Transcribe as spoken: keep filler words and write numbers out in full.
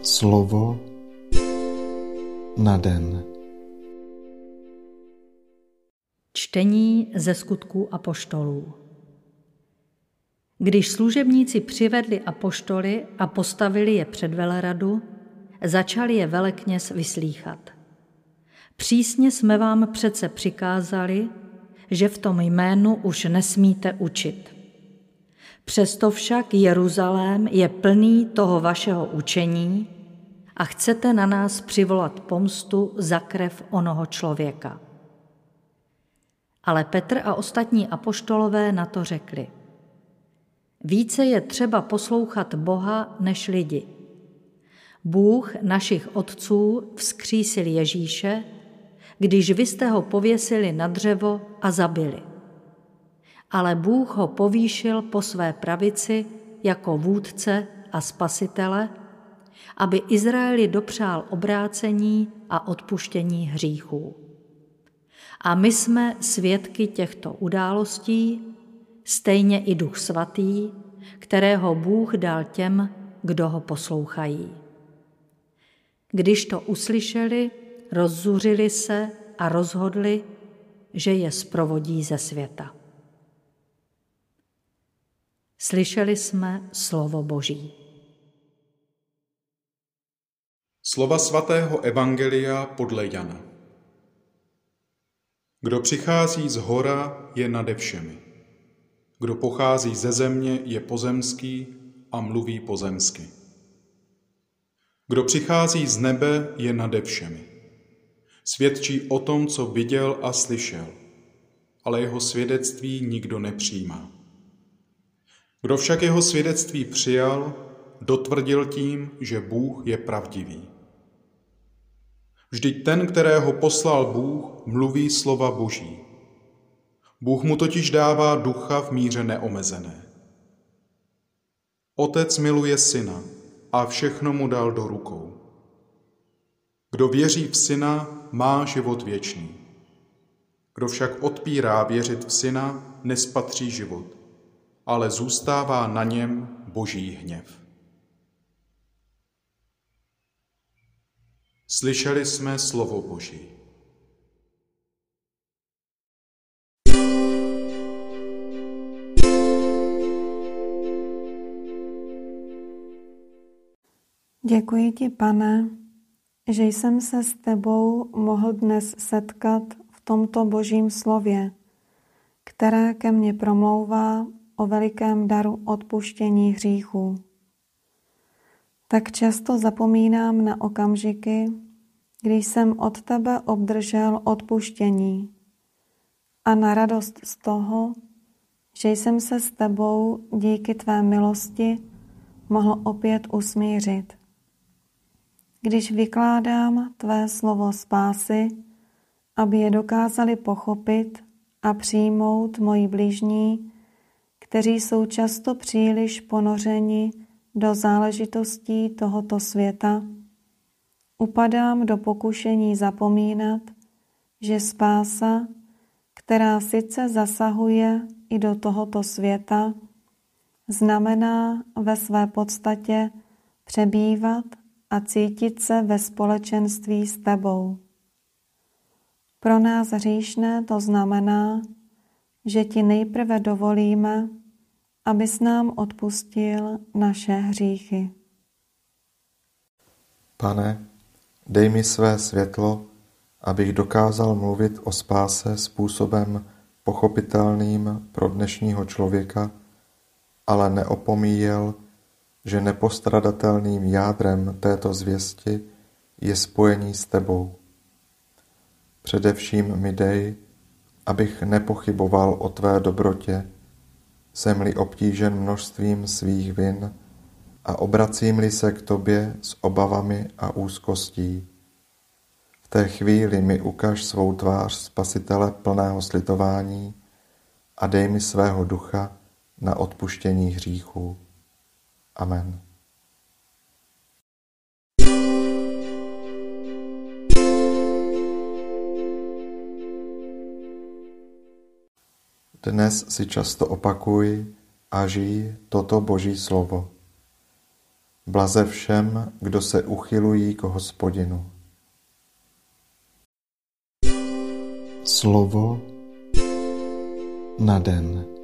Slovo na den. Čtení ze Skutků apoštolů. Když služebníci přivedli apoštoly a postavili je před veleradu, začal je velekněz vyslýchat. Přísně jsme vám přece přikázali, že v tom jménu už nesmíte učit. Přesto však Jeruzalém je plný toho vašeho učení a chcete na nás přivolat pomstu za krev onoho člověka. Ale Petr a ostatní apoštolové na to řekli: Více je třeba poslouchat Boha než lidi. Bůh našich otců vzkřísil Ježíše, když vy jste ho pověsili na dřevo a zabili. Ale Bůh ho povýšil po své pravici jako vůdce a spasitele, aby Izraeli dopřál obrácení a odpuštění hříchů. A my jsme svědky těchto událostí, stejně i Duch Svatý, kterého Bůh dal těm, kdo ho poslouchají. Když to uslyšeli, rozzuřili se a rozhodli, že je zprovodí ze světa. Slyšeli jsme slovo Boží. Slova svatého evangelia podle Jana. Kdo přichází z hora, je nade všemi. Kdo pochází ze země, je pozemský a mluví pozemsky. Kdo přichází z nebe, je nade všemi. Svědčí o tom, co viděl a slyšel, ale jeho svědectví nikdo nepřijímá. Kdo však jeho svědectví přijal, dotvrdil tím, že Bůh je pravdivý. Vždyť ten, kterého poslal Bůh, mluví slova Boží. Bůh mu totiž dává ducha v míře neomezené. Otec miluje syna a všechno mu dal do rukou. Kdo věří v syna, má život věčný. Kdo však odpírá věřit v syna, nespatří život, ale zůstává na něm Boží hněv. Slyšeli jsme slovo Boží. Děkuji ti, Pane, že jsem se s tebou mohl dnes setkat v tomto Božím slově, které ke mně promlouvá o velikém daru odpuštění hříchů. Tak často zapomínám na okamžiky, když jsem od tebe obdržel odpuštění a na radost z toho, že jsem se s tebou díky tvé milosti mohl opět usmířit. Když vykládám tvé slovo spásy, aby je dokázali pochopit a přijmout moji bližní, kteří jsou často příliš ponořeni do záležitostí tohoto světa, upadám do pokušení zapomínat, že spása, která sice zasahuje i do tohoto světa, znamená ve své podstatě přebývat a cítit se ve společenství s tebou. Pro nás hříšné to znamená, že ti nejprve dovolíme, abys nám odpustil naše hříchy. Pane, dej mi své světlo, abych dokázal mluvit o spáse způsobem pochopitelným pro dnešního člověka, ale neopomíjel, že nepostradatelným jádrem této zvěsti je spojení s tebou. Především mi dej, abych nepochyboval o tvé dobrotě, jsem-li obtížen množstvím svých vin a obracím-li se k tobě s obavami a úzkostí. V té chvíli mi ukaž svou tvář Spasitele plného slitování a dej mi svého ducha na odpuštění hříchů. Amen. Dnes si často opakuj a žij toto Boží slovo. Blaze všem, kdo se uchylují k Hospodinu. Slovo na den.